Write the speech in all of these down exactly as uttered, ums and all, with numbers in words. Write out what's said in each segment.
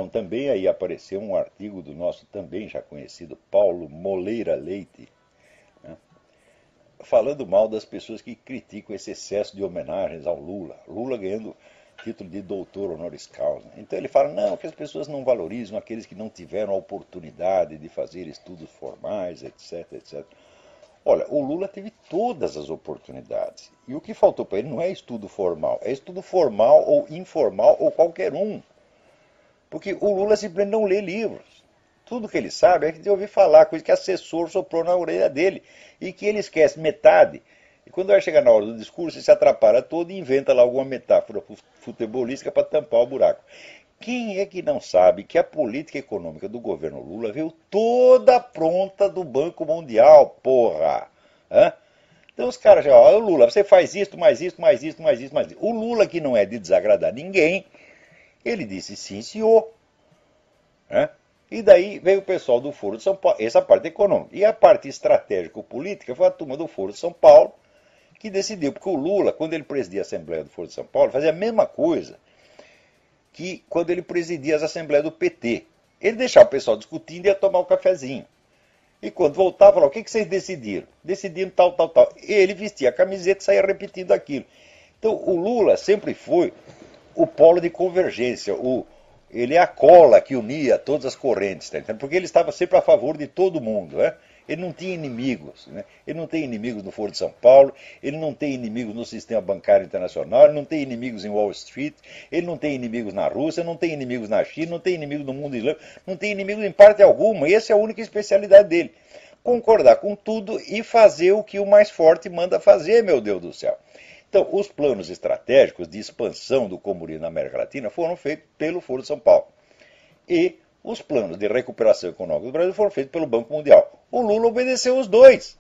Então também aí apareceu um artigo do nosso também já conhecido Paulo Moleira Leite, né, falando mal das pessoas que criticam esse excesso de homenagens ao Lula. Lula ganhando título de doutor honoris causa. Então ele fala, não, que as pessoas não valorizam aqueles que não tiveram a oportunidade de fazer estudos formais, etc, etcétera. Olha, o Lula teve todas as oportunidades. E o que faltou para ele não é estudo formal, é estudo formal ou informal ou qualquer um. Porque o Lula simplesmente não lê livros. Tudo que ele sabe é que de ouvir falar, coisa que assessor soprou na orelha dele. E que ele esquece metade. E quando vai chegar na hora do discurso, ele se atrapalha todo e inventa lá alguma metáfora futebolística para tampar o buraco. Quem é que não sabe que a política econômica do governo Lula veio toda pronta do Banco Mundial, porra? Hã? Então os caras já, ó, Lula, você faz isto, mais isto, mais isto, mais isto, mais isto. O Lula, que não é de desagradar ninguém, ele disse sim, senhor. Hã? E daí veio o pessoal do Foro de São Paulo, essa parte econômica. E a parte estratégico-política foi a turma do Foro de São Paulo, que decidiu, porque o Lula, quando ele presidia a Assembleia do Foro de São Paulo, fazia a mesma coisa que quando ele presidia as Assembleias do P T. Ele deixava o pessoal discutindo e ia tomar um cafezinho. E quando voltava, falava, o que, que vocês decidiram? Decidiram tal, tal, tal. E ele vestia a camiseta e saía repetindo aquilo. Então o Lula sempre foi o polo de convergência, o, ele é a cola que unia todas as correntes, tá entendendo? Porque ele estava sempre a favor de todo mundo, né? Ele não tinha inimigos, né? Ele não tem inimigos no Foro de São Paulo, ele não tem inimigos no sistema bancário internacional, ele não tem inimigos em Wall Street, ele não tem inimigos na Rússia, não tem inimigos na China, não tem inimigos no mundo islâmico, não tem inimigos em parte alguma. Essa é a única especialidade dele. Concordar com tudo e fazer o que o mais forte manda fazer, meu Deus do céu. Então, os planos estratégicos de expansão do comunismo na América Latina foram feitos pelo Foro de São Paulo. E os planos de recuperação econômica do Brasil foram feitos pelo Banco Mundial. O Lula obedeceu os dois.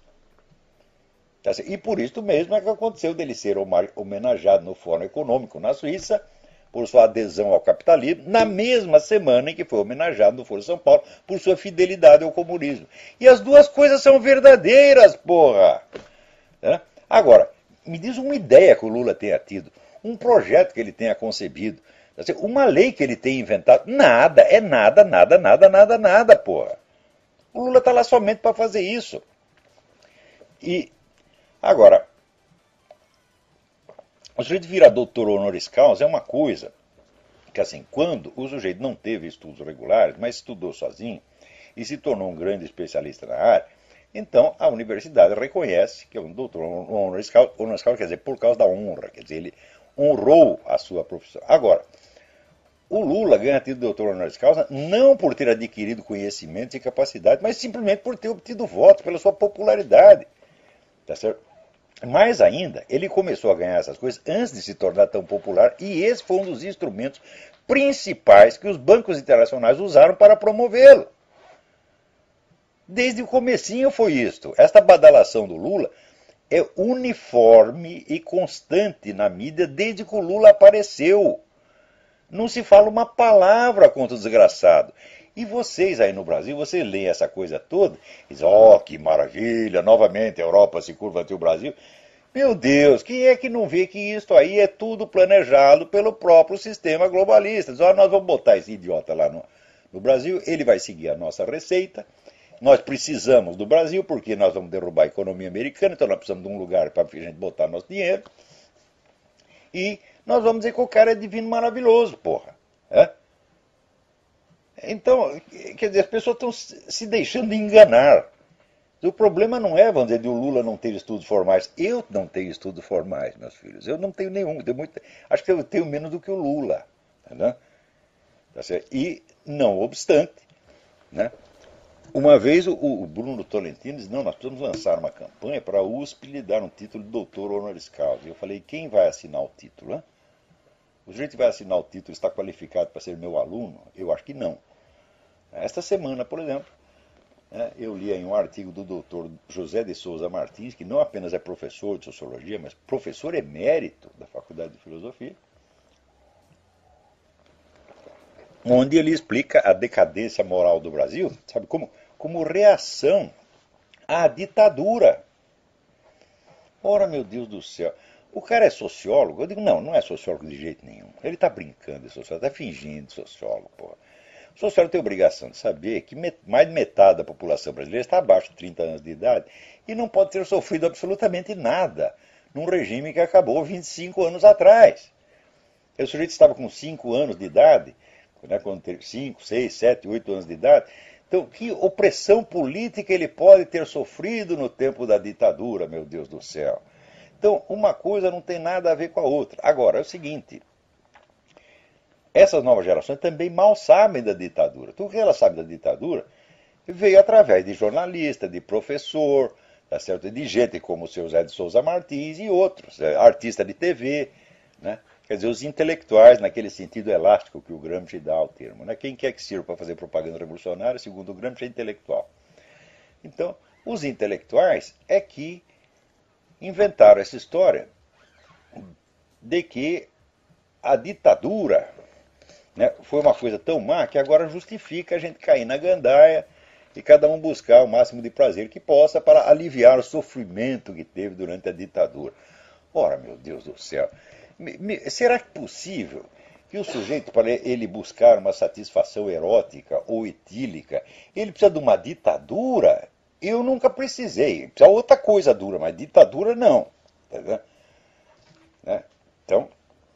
E por isso mesmo é que aconteceu dele ser homenageado no Fórum Econômico na Suíça, por sua adesão ao capitalismo, na mesma semana em que foi homenageado no Foro de São Paulo por sua fidelidade ao comunismo. E as duas coisas são verdadeiras, porra! Agora, me diz uma ideia que o Lula tenha tido, um projeto que ele tenha concebido, uma lei que ele tenha inventado. Nada, é nada, nada, nada, nada, nada, porra. O Lula está lá somente para fazer isso. E, agora, o sujeito vira doutor honoris causa é uma coisa que, assim, quando o sujeito não teve estudos regulares, mas estudou sozinho e se tornou um grande especialista na área, então a universidade reconhece que é um doutor honoris causa, honoris causa quer dizer, por causa da honra, quer dizer, ele honrou a sua profissão. Agora, o Lula ganha título de doutor honoris causa não por ter adquirido conhecimento e capacidade, mas simplesmente por ter obtido votos, pela sua popularidade. Tá certo? Mais ainda, ele começou a ganhar essas coisas antes de se tornar tão popular, e esse foi um dos instrumentos principais que os bancos internacionais usaram para promovê-lo. Desde o comecinho foi isto. Esta badalação do Lula é uniforme e constante na mídia desde que o Lula apareceu. Não se fala uma palavra contra o desgraçado. E vocês aí no Brasil, vocês leem essa coisa toda e dizem, oh, que maravilha, novamente a Europa se curva ante o Brasil. Meu Deus, quem é que não vê que isso aí é tudo planejado pelo próprio sistema globalista? Diz, oh, nós vamos botar esse idiota lá no, no Brasil, ele vai seguir a nossa receita. Nós precisamos do Brasil porque nós vamos derrubar a economia americana, então nós precisamos de um lugar para a gente botar nosso dinheiro. E nós vamos dizer que o cara é divino maravilhoso, porra. É? Então, quer dizer, as pessoas estão se deixando enganar. O problema não é, vamos dizer, de o Lula não ter estudos formais. Eu não tenho estudos formais, meus filhos. Eu não tenho nenhum. Tenho muito, acho que eu tenho menos do que o Lula. Né? Tá certo? E, não obstante, né? Uma vez o, o Bruno Tolentino disse, não, nós precisamos lançar uma campanha para a U S P lhe dar um título de doutor honoris causa. E eu falei, quem vai assinar o título? Hein? O sujeito que vai assinar o título está qualificado para ser meu aluno? Eu acho que não. Esta semana, por exemplo, eu li em um artigo do doutor José de Souza Martins, que não apenas é professor de Sociologia, mas professor emérito da Faculdade de Filosofia, onde ele explica a decadência moral do Brasil, sabe, como, como reação à ditadura. Ora, meu Deus do céu, o cara é sociólogo? Eu digo, não, não é sociólogo de jeito nenhum. Ele está brincando de sociólogo, está fingindo de sociólogo, porra. O sociólogo tem a obrigação de saber que mais de metade da população brasileira está abaixo de trinta anos de idade e não pode ter sofrido absolutamente nada num regime que acabou vinte e cinco anos atrás. O sujeito estava com cinco anos de idade, né, quando teve cinco, seis, sete, oito anos de idade. Então, que opressão política ele pode ter sofrido no tempo da ditadura, meu Deus do céu? Então, uma coisa não tem nada a ver com a outra. Agora, é o seguinte, essas novas gerações também mal sabem da ditadura. Tudo que elas sabem da ditadura veio através de jornalista, de professor, tá certo? De gente como o seu Zé de Souza Martins e outros, artista de T V, né? Quer dizer, os intelectuais, naquele sentido elástico que o Gramsci dá ao termo. Né? Quem quer que sirva para fazer propaganda revolucionária, segundo o Gramsci, é intelectual. Então, os intelectuais é que inventaram essa história de que a ditadura, né, foi uma coisa tão má que agora justifica a gente cair na gandaia e cada um buscar o máximo de prazer que possa para aliviar o sofrimento que teve durante a ditadura. Ora, meu Deus do céu, será que é possível que o sujeito, para ele buscar uma satisfação erótica ou etílica, ele precisa de uma ditadura? Eu nunca precisei. Precisa outra coisa dura, mas ditadura não. Entendeu? Né? Então,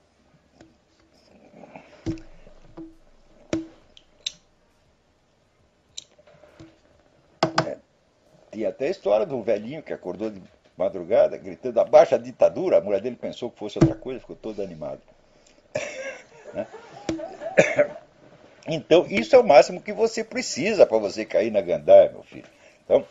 é, tinha até a história do velhinho que acordou de madrugada, gritando, abaixa a ditadura. A mulher dele pensou que fosse outra coisa, ficou todo animado. Né? Então, isso é o máximo que você precisa para você cair na gandaia, meu filho. Então,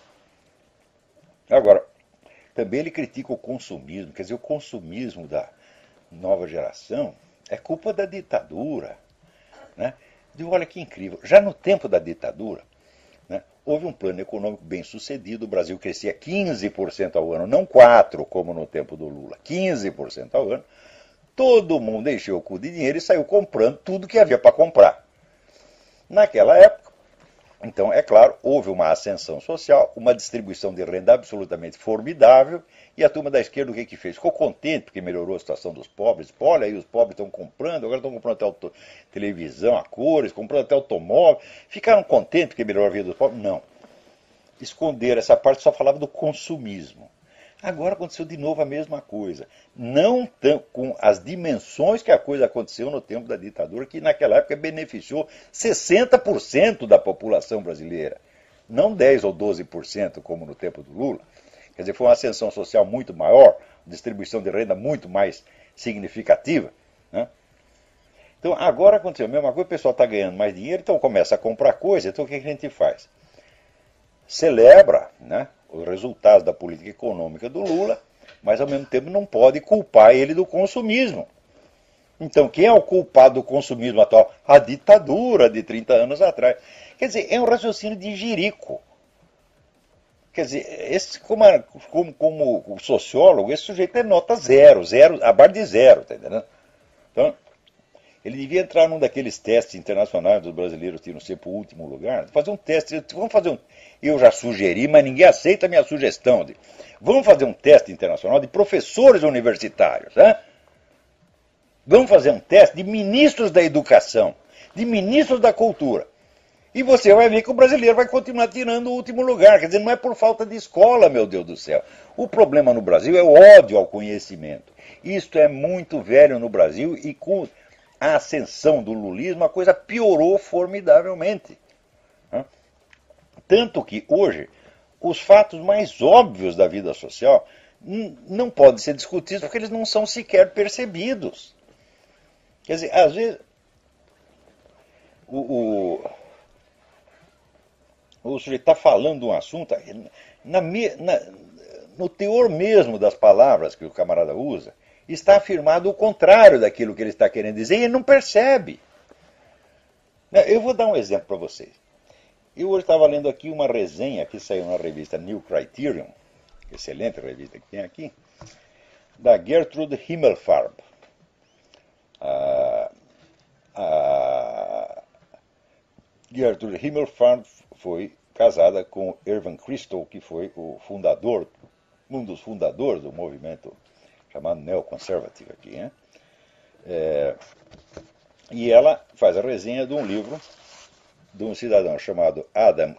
agora, também ele critica o consumismo. Quer dizer, o consumismo da nova geração é culpa da ditadura. Né? Digo, olha que incrível. Já no tempo da ditadura, né, houve um plano econômico bem sucedido, o Brasil crescia quinze por cento ao ano, não quatro por cento como no tempo do Lula, quinze por cento ao ano. Todo mundo encheu o cu de dinheiro e saiu comprando tudo que havia para comprar. Naquela época, então, é claro, houve uma ascensão social, uma distribuição de renda absolutamente formidável, e a turma da esquerda o que que fez? Ficou contente porque melhorou a situação dos pobres. Pô, olha aí, os pobres estão comprando, agora estão comprando até televisão a cores, comprando até automóvel. Ficaram contentes porque melhorou a vida dos pobres? Não. Esconderam essa parte, só falava do consumismo. Agora aconteceu de novo a mesma coisa. Não tão, com as dimensões que a coisa aconteceu no tempo da ditadura, que naquela época beneficiou sessenta por cento da população brasileira. Não dez ou doze por cento como no tempo do Lula. Quer dizer, foi uma ascensão social muito maior, distribuição de renda muito mais significativa. Né? Então agora aconteceu a mesma coisa, o pessoal está ganhando mais dinheiro, então começa a comprar coisa, então o que a gente faz? Celebra, né, os resultados da política econômica do Lula, mas ao mesmo tempo não pode culpar ele do consumismo. Então, quem é o culpado do consumismo atual? A ditadura de trinta anos atrás. Quer dizer, é um raciocínio de jirico. Quer dizer, esse, como, como, como sociólogo, esse sujeito é nota zero, zero, abaixo de zero, tá entendendo? Então, ele devia entrar num daqueles testes internacionais dos brasileiros tiram sempre o último lugar. Fazer um teste, vamos fazer um... Eu já sugeri, mas ninguém aceita a minha sugestão. De, vamos fazer um teste internacional de professores universitários. Né? Vamos fazer um teste de ministros da educação, de ministros da cultura. E você vai ver que o brasileiro vai continuar tirando o último lugar. Quer dizer, não é por falta de escola, meu Deus do céu. O problema no Brasil é o ódio ao conhecimento. Isto é muito velho no Brasil e com a ascensão do lulismo, a coisa piorou formidavelmente. Tanto que hoje, os fatos mais óbvios da vida social não podem ser discutidos porque eles não são sequer percebidos. Quer dizer, às vezes, o, o, o sujeito está falando de um assunto, na, na, no teor mesmo das palavras que o camarada usa, está afirmado o contrário daquilo que ele está querendo dizer e ele não percebe. Eu vou dar um exemplo para vocês. Eu hoje estava lendo aqui uma resenha que saiu na revista New Criterion, excelente revista que tem aqui, da Gertrude Himmelfarb. A, a Gertrude Himmelfarb foi casada com Irving Kristol, que foi o fundador, um dos fundadores do movimento chamado neoconservative aqui, né? É, e ela faz a resenha de um livro de um cidadão chamado Adam,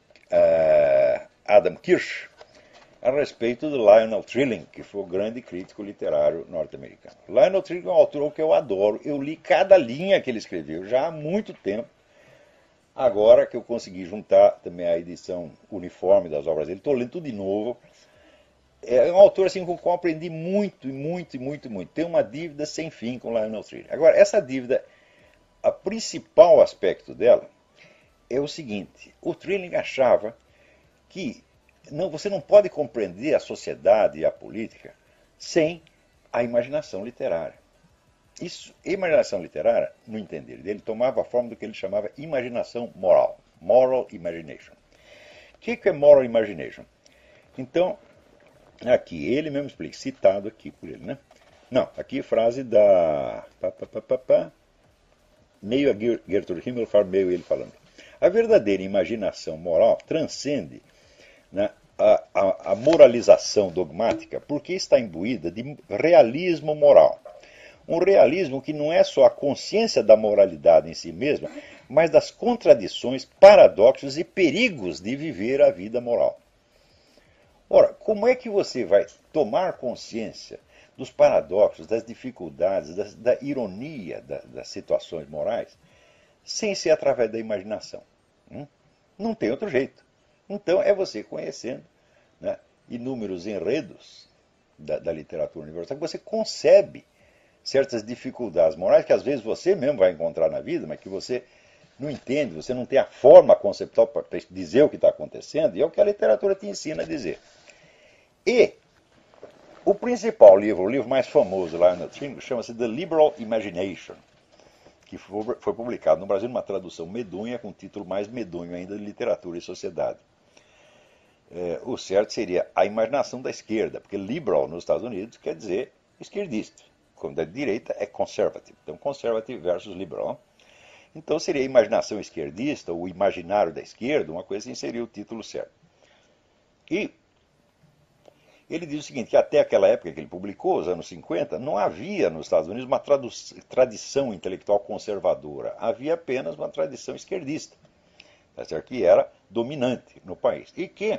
uh, Adam Kirsch, a respeito de Lionel Trilling, que foi o grande crítico literário norte-americano. Lionel Trilling é um autor que eu adoro, eu li cada linha que ele escreveu já há muito tempo, agora que eu consegui juntar também a edição uniforme das obras dele, estou lendo tudo de novo. É um autor assim, com o qual eu aprendi muito, muito, muito, muito. Tem uma dívida sem fim com Lionel Trilling. Agora, essa dívida, o principal aspecto dela é o seguinte: o Trilling achava que não, você não pode compreender a sociedade e a política sem a imaginação literária. Isso, imaginação literária, no entender dele, tomava a forma do que ele chamava imaginação moral, moral imagination. O que é moral imagination? Então, aqui, ele mesmo explica, citado aqui por ele, né? Não, aqui a frase da... Pá, pá, pá, pá, pá, meio a Gertrude Himmelfarb, meio ele falando. A verdadeira imaginação moral transcende, né, a, a, a moralização dogmática, porque está imbuída de realismo moral. Um realismo que não é só a consciência da moralidade em si mesma, mas das contradições, paradoxos e perigos de viver a vida moral. Ora, como é que você vai tomar consciência dos paradoxos, das dificuldades, da, da ironia da, das situações morais, sem ser através da imaginação? Hum? Não tem outro jeito. Então, é você conhecendo, né, inúmeros enredos da, da literatura universal, que você concebe certas dificuldades morais que às vezes você mesmo vai encontrar na vida, mas que você não entende, você não tem a forma conceptual para dizer o que está acontecendo, e é o que a literatura te ensina a dizer. E o principal livro, o livro mais famoso lá no Trilling, chama-se The Liberal Imagination, que foi publicado no Brasil numa tradução medonha, com um título mais medonho ainda de Literatura e Sociedade. É, o certo seria a imaginação da esquerda, porque liberal nos Estados Unidos quer dizer esquerdista, como da direita é conservative. Então, conservative versus liberal. Então, seria a imaginação esquerdista, o imaginário da esquerda, uma coisa assim seria o título certo. E ele diz o seguinte, que até aquela época que ele publicou, os anos cinquenta, não havia nos Estados Unidos uma tradição intelectual conservadora. Havia apenas uma tradição esquerdista, tá certo? Que era dominante no país. E que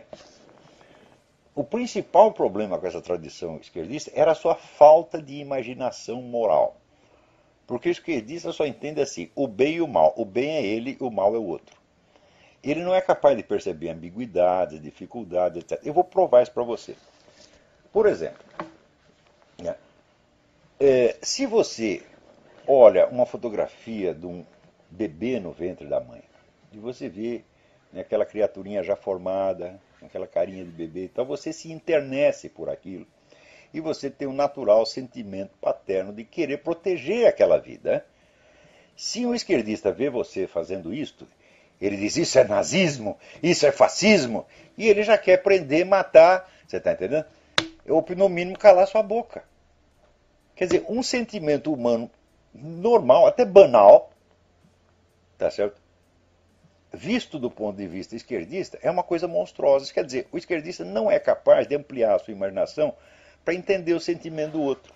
o principal problema com essa tradição esquerdista era a sua falta de imaginação moral. Porque o esquerdista só entende assim, o bem e o mal. O bem é ele, o mal é o outro. Ele não é capaz de perceber ambiguidades, dificuldades, etcétera. Eu vou provar isso para você. Por exemplo, né, é, se você olha uma fotografia de um bebê no ventre da mãe, e você vê, né, aquela criaturinha já formada, aquela carinha de bebê, então você se internece por aquilo, e você tem um natural sentimento paterno de querer proteger aquela vida. Se um esquerdista vê você fazendo isto, ele diz, isso é nazismo, isso é fascismo, e ele já quer prender, matar, você está entendendo? Ou, no mínimo, calar sua boca. Quer dizer, um sentimento humano normal, até banal, tá certo? Visto do ponto de vista esquerdista, é uma coisa monstruosa. Isso quer dizer, o esquerdista não é capaz de ampliar a sua imaginação para entender o sentimento do outro.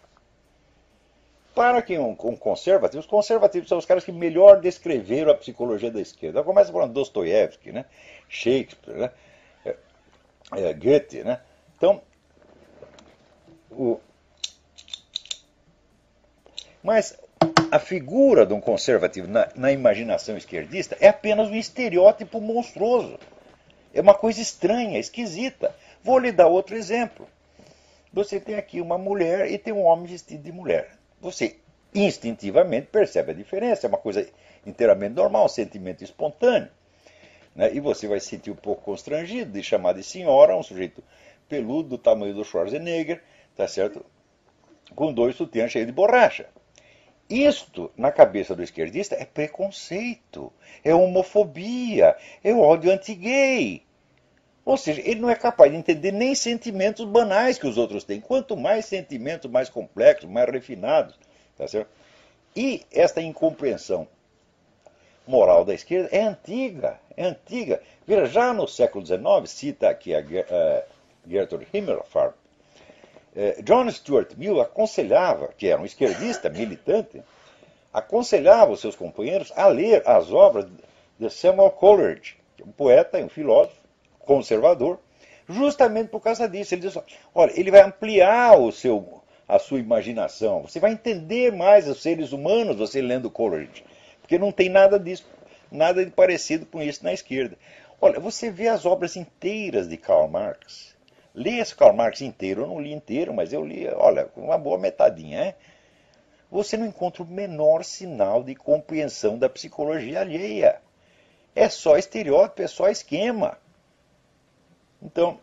Para quem é um, um conservativo, os conservativos são os caras que melhor descreveram a psicologia da esquerda. Começa falando Dostoiévski, né? Shakespeare, né? É, é, Goethe, né? Então, o... mas a figura de um conservativo na, na imaginação esquerdista é apenas um estereótipo monstruoso. É uma coisa estranha, esquisita. Vou lhe dar outro exemplo. Você tem aqui uma mulher e tem um homem vestido de mulher. Você instintivamente percebe a diferença. É uma coisa inteiramente normal, um sentimento espontâneo. Né? E você vai se sentir um pouco constrangido de chamar de senhora um sujeito peludo do tamanho do Schwarzenegger, tá certo? Com dois sutiãs cheios de borracha. Isto, na cabeça do esquerdista, é preconceito, é homofobia, é ódio anti-gay. Ou seja, ele não é capaz de entender nem sentimentos banais que os outros têm. Quanto mais sentimentos mais complexos, mais refinados. Tá certo? E esta incompreensão moral da esquerda é antiga, é antiga. Veja, já no século dezenove, cita aqui a Gertrude Himmelfarb, John Stuart Mill aconselhava, que era um esquerdista militante, aconselhava os seus companheiros a ler as obras de Samuel Coleridge, que é um poeta e um filósofo conservador, justamente por causa disso. Ele diz, olha, ele vai ampliar o seu, a sua imaginação, você vai entender mais os seres humanos você lendo Coleridge, porque não tem nada disso, nada de parecido com isso na esquerda. Olha, você vê as obras inteiras de Karl Marx. Lê esse Karl Marx inteiro, eu não li inteiro, mas eu li, olha, uma boa metadinha, é? Você não encontra o menor sinal de compreensão da psicologia alheia. É só estereótipo, é só esquema. Então,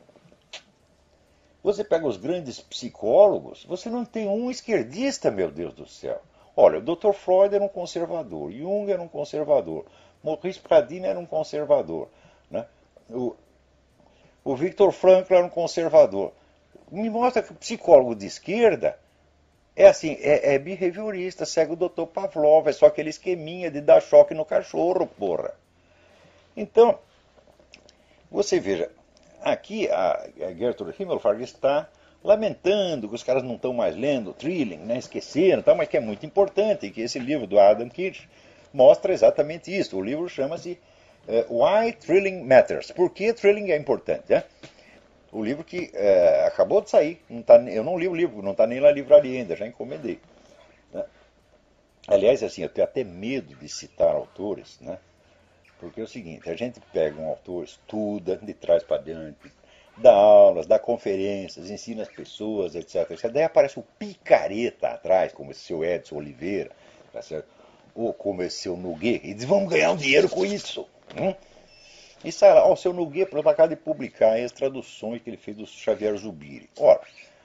você pega os grandes psicólogos, você não tem um esquerdista, meu Deus do céu. Olha, o doutor Freud era um conservador, Jung era um conservador, Maurice Pradine era um conservador, né? o, o Viktor Frankl era um conservador. Me mostra que o psicólogo de esquerda é assim, é, é behaviorista, segue o doutor Pavlov, é só aquele esqueminha de dar choque no cachorro, porra. Então, você veja, aqui a, a Gertrude Himmelfarb está lamentando que os caras não estão mais lendo Trilling, né, esqueceram, tá, mas que é muito importante, que esse livro do Adam Kirsch mostra exatamente isso. O livro chama-se uh, Why Trilling Matters. Por que Trilling é importante? Né? O livro que uh, acabou de sair, não tá, eu não li o livro, não está nem na livraria ainda, já encomendei. Né? Aliás, assim, eu tenho até medo de citar autores, né? Porque é o seguinte, a gente pega um autor, estuda de trás para diante, dá aulas, dá conferências, ensina as pessoas, etc, etcétera. Daí aparece o picareta atrás, como esse seu Edson Oliveira, tá certo? Ou como esse seu Nogueira, e diz, vamos ganhar um dinheiro com isso. Hum? E sai lá, ó, o seu Nogueira, por acaba de publicar as traduções que ele fez do Xavier Zubiri. Ora,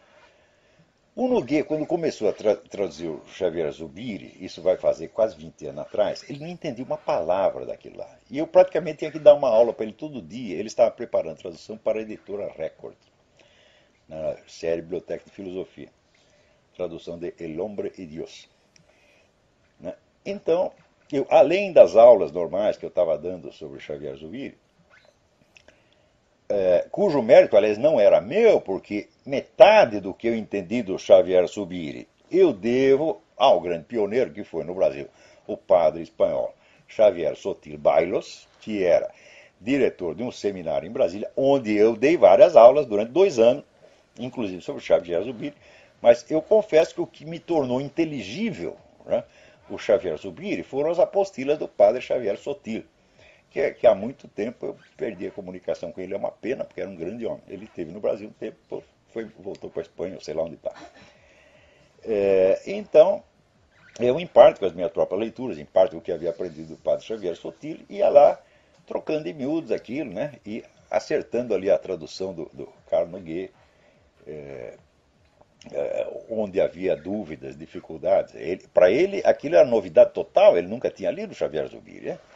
o Nogueira, quando começou a tra traduzir o Xavier Zubiri, isso vai fazer quase vinte anos atrás, ele não entendia uma palavra daquilo lá. E eu praticamente tinha que dar uma aula para ele todo dia. Ele estava preparando a tradução para a editora Record, na série Biblioteca de Filosofia. Tradução de El Hombre y Dios. Né? Então, eu, além das aulas normais que eu estava dando sobre o Xavier Zubiri, É, cujo mérito, aliás, não era meu, porque metade do que eu entendi do Xavier Zubiri eu devo ao grande pioneiro que foi no Brasil, o padre espanhol Xavier Sotil Bailos, que era diretor de um seminário em Brasília, onde eu dei várias aulas durante dois anos, inclusive sobre o Xavier Zubiri, mas eu confesso que o que me tornou inteligível, né, o Xavier Zubiri foram as apostilas do padre Xavier Sotil. Que, que há muito tempo eu perdi a comunicação com ele, é uma pena, porque era um grande homem. Ele esteve no Brasil um tempo, foi, voltou para a Espanha, sei lá onde está. É, então, eu, em parte com as minhas próprias leituras, em parte com o que havia aprendido do padre Xavier Sotil, ia lá trocando em miúdos aquilo, né, e acertando ali a tradução do, do Carl Noguet, é, é, onde havia dúvidas, dificuldades. Para ele, aquilo era novidade total, ele nunca tinha lido Xavier Zubiri, né?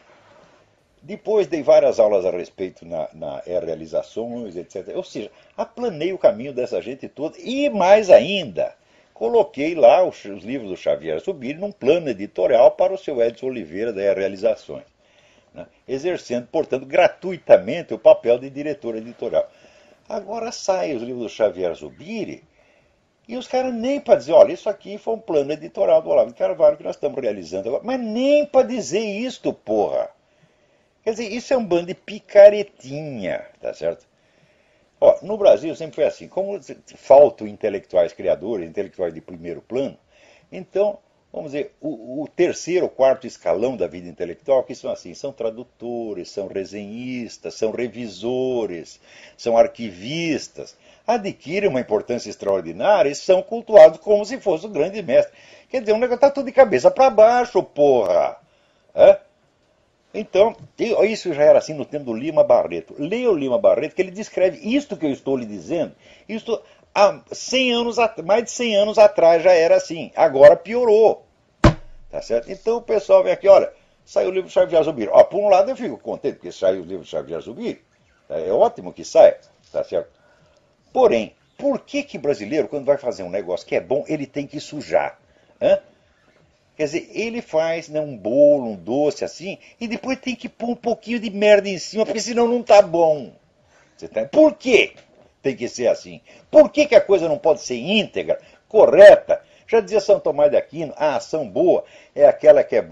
Depois dei várias aulas a respeito na, na realizações, etcétera. Ou seja, aplanei o caminho dessa gente toda e, mais ainda, coloquei lá os, os livros do Xavier Zubiri num plano editorial para o seu Edson Oliveira da Realizações, né? Exercendo, portanto, gratuitamente o papel de diretor editorial. Agora saem os livros do Xavier Zubiri e os caras nem para dizer, olha, isso aqui foi um plano editorial do Olavo de Carvalho que nós estamos realizando agora, mas nem para dizer isto, porra! Quer dizer, isso é um bando de picaretinha, tá certo? Ó, no Brasil sempre foi assim, como faltam intelectuais criadores, intelectuais de primeiro plano, então, vamos dizer, o, o terceiro, quarto escalão da vida intelectual, que são assim, são tradutores, são resenhistas, são revisores, são arquivistas, adquirem uma importância extraordinária e são cultuados como se fosse o grande mestre. Quer dizer, o negócio está tudo de cabeça para baixo, porra! É? Então, isso já era assim no tempo do Lima Barreto. Leia o Lima Barreto, que ele descreve isto que eu estou lhe dizendo. Isto há cem anos, mais de cem anos atrás já era assim. Agora piorou. Tá certo? Então o pessoal vem aqui, olha, saiu o livro do Xavier Zubiri. Ó, por um lado eu fico contente porque saiu o livro do Xavier Zubiri. É ótimo que saia. Tá certo? Porém, por que que brasileiro, quando vai fazer um negócio que é bom, ele tem que sujar? Hã? Quer dizer, ele faz, né, um bolo, um doce assim, e depois tem que pôr um pouquinho de merda em cima, porque senão não tá bom. Você tá... Por quê tem que ser assim? Por que que a coisa não pode ser íntegra, correta? Já dizia São Tomás de Aquino, a ação boa é aquela que é boa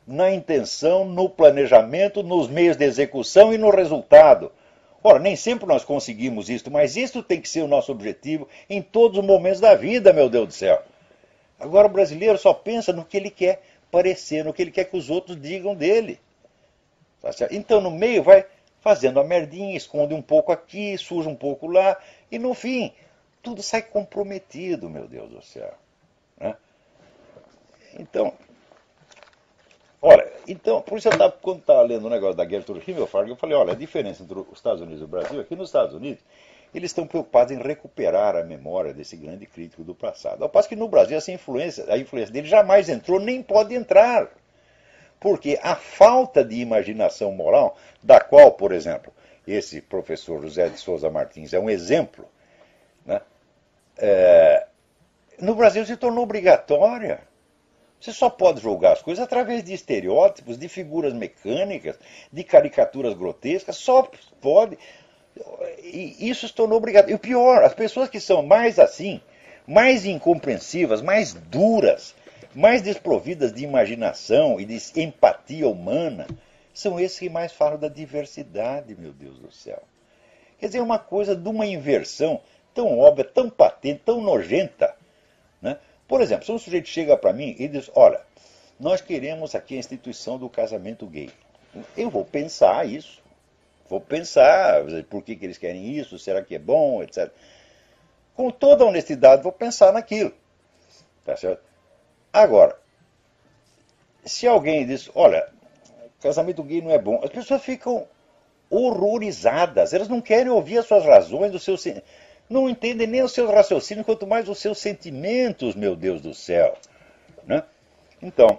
na intenção, no planejamento, nos meios de execução e no resultado. Ora, nem sempre nós conseguimos isso, mas isso tem que ser o nosso objetivo em todos os momentos da vida, meu Deus do céu. Agora o brasileiro só pensa no que ele quer parecer, no que ele quer que os outros digam dele. Então, no meio, vai fazendo a merdinha, esconde um pouco aqui, suja um pouco lá, e no fim, tudo sai comprometido, meu Deus do céu. Né? Então, olha, então, por isso eu estava, quando estava lendo o negócio da Gertrude Himmelfarb, eu falei, olha, a diferença entre os Estados Unidos e o Brasil é que nos Estados Unidos, eles estão preocupados em recuperar a memória desse grande crítico do passado. Ao passo que no Brasil essa influência, a influência dele jamais entrou, nem pode entrar. Porque a falta de imaginação moral, da qual, por exemplo, esse professor José de Souza Martins é um exemplo, né? É, no Brasil se tornou obrigatória. Você só pode julgar as coisas através de estereótipos, de figuras mecânicas, de caricaturas grotescas, só pode. E isso se tornou obrigatório. E o pior, as pessoas que são mais assim, mais incompreensivas, mais duras, mais desprovidas de imaginação e de empatia humana, são esses que mais falam da diversidade, meu Deus do céu. Quer dizer, é uma coisa de uma inversão tão óbvia, tão patente, tão nojenta. Né? Por exemplo, se um sujeito chega para mim e diz, olha, nós queremos aqui a instituição do casamento gay. Eu vou pensar isso. Vou pensar por que, que eles querem isso, será que é bom, etcétera. Com toda a honestidade, vou pensar naquilo. Tá certo? Agora, se alguém diz, olha, casamento gay não é bom, as pessoas ficam horrorizadas, elas não querem ouvir as suas razões, os seus, não entendem nem os seus raciocínios, quanto mais os seus sentimentos, meu Deus do céu. Né? Então,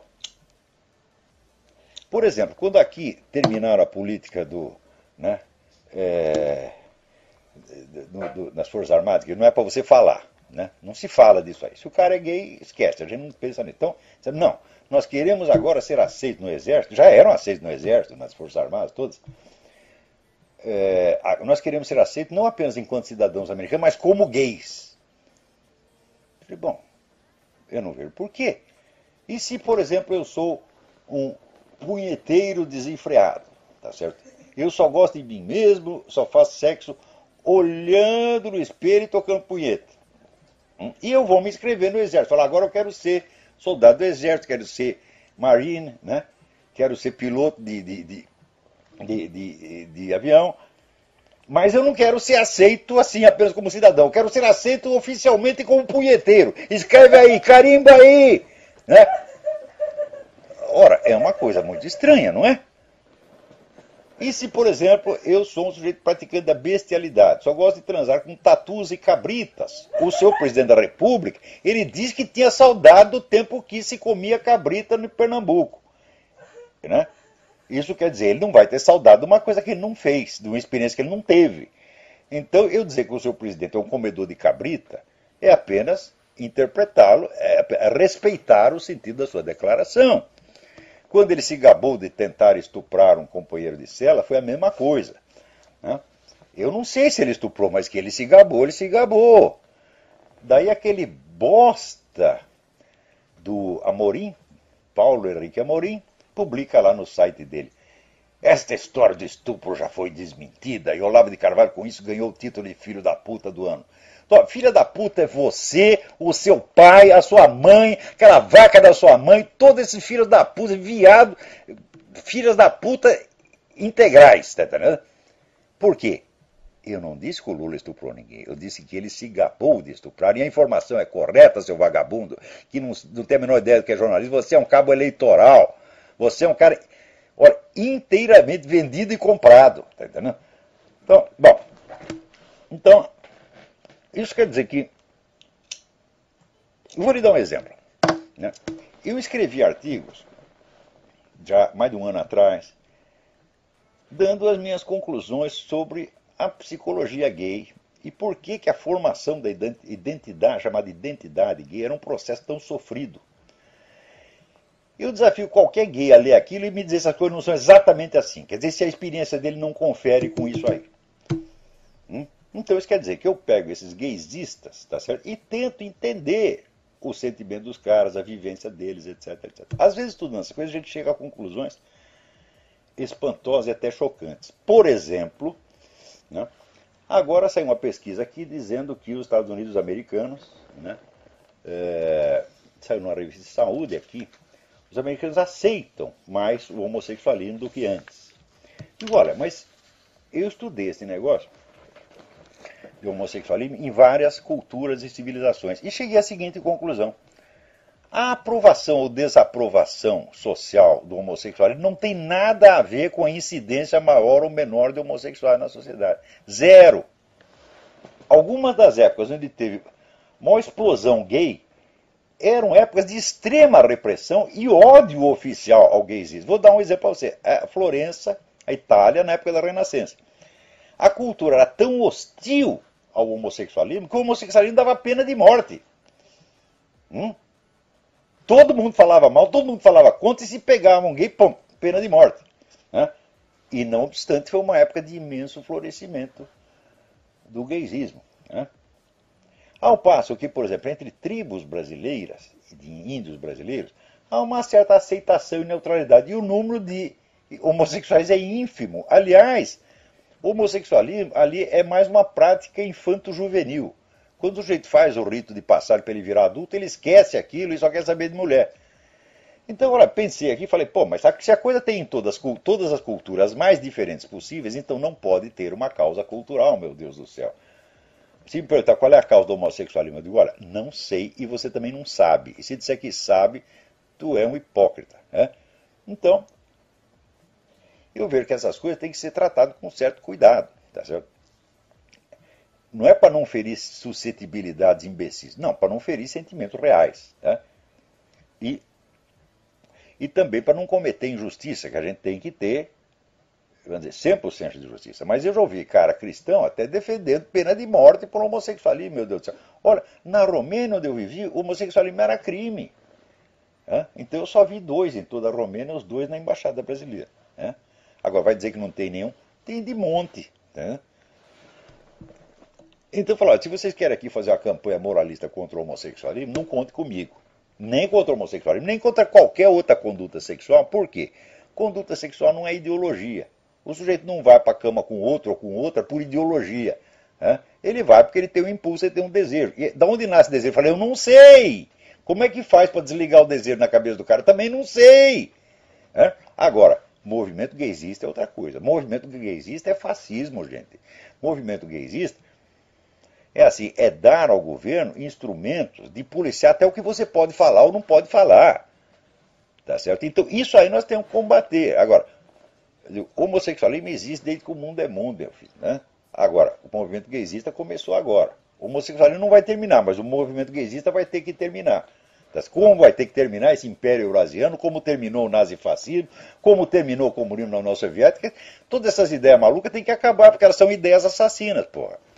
por exemplo, quando aqui terminaram a política do, né, é, do, do, nas Forças Armadas, que não é para você falar, né? Não se fala disso aí. Se o cara é gay, esquece, a gente não pensa nisso. Então, não, nós queremos agora ser aceitos no Exército, já eram aceitos no Exército, nas Forças Armadas todas. É, nós queremos ser aceitos não apenas enquanto cidadãos americanos, mas como gays. Eu falei, bom, eu não vejo por quê. E se, por exemplo, eu sou um punheteiro desenfreado, tá certo? Eu só gosto de mim mesmo, só faço sexo olhando no espelho e tocando punheta. E eu vou me inscrever no Exército. Falar, agora eu quero ser soldado do Exército, quero ser marine, né? Quero ser piloto de, de, de, de, de, de avião. Mas eu não quero ser aceito assim apenas como cidadão. Eu quero ser aceito oficialmente como punheteiro. Escreve aí, carimba aí. Né? Ora, é uma coisa muito estranha, não é? E se, por exemplo, eu sou um sujeito praticante da bestialidade, só gosto de transar com tatus e cabritas. O seu presidente da República, ele diz que tinha saudade do tempo que se comia cabrita no Pernambuco. Né? Isso quer dizer, ele não vai ter saudade de uma coisa que ele não fez, de uma experiência que ele não teve. Então, eu dizer que o seu presidente é um comedor de cabrita é apenas interpretá-lo, é respeitar o sentido da sua declaração. Quando ele se gabou de tentar estuprar um companheiro de cela, foi a mesma coisa. Né? Eu não sei se ele estuprou, mas que ele se gabou, ele se gabou. Daí aquele bosta do Amorim, Paulo Henrique Amorim, publica lá no site dele. Esta história de estupro já foi desmentida e Olavo de Carvalho com isso ganhou o título de filho da puta do ano. Então, filha da puta é você, o seu pai, a sua mãe, aquela vaca da sua mãe, todos esses filhos da puta, viado, filhas da puta integrais, tá entendendo? Por quê? Eu não disse que o Lula estuprou ninguém, eu disse que ele se gabou de estuprar, e a informação é correta, seu vagabundo, que não, não tem a menor ideia do que é jornalismo, você é um cabo eleitoral, você é um cara, olha, inteiramente vendido e comprado, tá entendendo? Então, bom, então, isso quer dizer que, eu vou lhe dar um exemplo, né? Eu escrevi artigos, já mais de um ano atrás, dando as minhas conclusões sobre a psicologia gay e por que, que a formação da identidade, chamada identidade gay, era um processo tão sofrido. Eu desafio qualquer gay a ler aquilo e me dizer se as coisas não são exatamente assim. Quer dizer, se a experiência dele não confere com isso aí. Hum? Então isso quer dizer que eu pego esses gaysistas, tá certo? E tento entender o sentimento dos caras, a vivência deles, etc, etcétera. Às vezes, estudando essas coisas, a gente chega a conclusões espantosas e até chocantes. Por exemplo, né, agora saiu uma pesquisa aqui dizendo que os Estados Unidos americanos, né, é, saiu numa revista de saúde aqui, os americanos aceitam mais o homossexualismo do que antes. Digo, olha, mas eu estudei esse negócio de homossexualismo em várias culturas e civilizações e cheguei à seguinte conclusão. A aprovação ou desaprovação social do homossexualismo não tem nada a ver com a incidência maior ou menor de homossexuais na sociedade. Zero. Algumas das épocas onde teve maior explosão gay eram épocas de extrema repressão e ódio oficial ao gaysismo. Vou dar um exemplo para você. A Florença, a Itália, na época da Renascença. A cultura era tão hostil ao homossexualismo que o homossexualismo dava pena de morte. Hum? Todo mundo falava mal, todo mundo falava contra, e se pegava um gay, pum, pena de morte. Né? E não obstante, foi uma época de imenso florescimento do gaysismo. Né? Ao passo que, por exemplo, entre tribos brasileiras e de índios brasileiros, há uma certa aceitação e neutralidade. E o número de homossexuais é ínfimo. Aliás, o homossexualismo ali é mais uma prática infanto-juvenil. Quando o sujeito faz o rito de passagem para ele virar adulto, ele esquece aquilo e só quer saber de mulher. Então, olha, pensei aqui e falei, pô, mas sabe que se a coisa tem em todas, todas as culturas mais diferentes possíveis, então não pode ter uma causa cultural, meu Deus do céu. Se me perguntar qual é a causa do homossexualismo, eu digo, olha, não sei e você também não sabe. E se disser que sabe, tu é um hipócrita. Né? Então, eu vejo que essas coisas têm que ser tratadas com certo cuidado, tá certo? Não é para não ferir suscetibilidades imbecis, não, para não ferir sentimentos reais. Tá? E, e também para não cometer injustiça, que a gente tem que ter, vamos dizer, cem por cento de justiça. Mas eu já ouvi cara cristão até defendendo pena de morte por homossexualismo, meu Deus do céu. Olha, na Romênia onde eu vivi, o homossexualismo era crime. Tá? Então eu só vi dois em toda a Romênia, os dois na Embaixada Brasileira. Tá? Agora, vai dizer que não tem nenhum? Tem de monte. Tá? Então, falar, se vocês querem aqui fazer uma campanha moralista contra o homossexualismo, não conte comigo. Nem contra o homossexualismo, nem contra qualquer outra conduta sexual. Por quê? Conduta sexual não é ideologia. O sujeito não vai para a cama com outro ou com outra por ideologia. Né? Ele vai porque ele tem um impulso, ele tem um desejo. E da onde nasce o desejo? Eu falei, eu não sei. Como é que faz para desligar o desejo na cabeça do cara? Também não sei. Né? Agora, movimento gaysista é outra coisa. Movimento gaysista é fascismo, gente. Movimento gaysista é assim, é dar ao governo instrumentos de policiar até o que você pode falar ou não pode falar. Tá certo? Então, isso aí nós temos que combater. Agora, o homossexualismo existe desde que o mundo é mundo, meu filho. Né? Agora, o movimento gaysista começou agora. O homossexualismo não vai terminar, mas o movimento gaysista vai ter que terminar. Como vai ter que terminar esse império eurasiano, como terminou o nazifascismo, como terminou o comunismo na União Soviética, todas essas ideias malucas têm que acabar, porque elas são ideias assassinas, porra.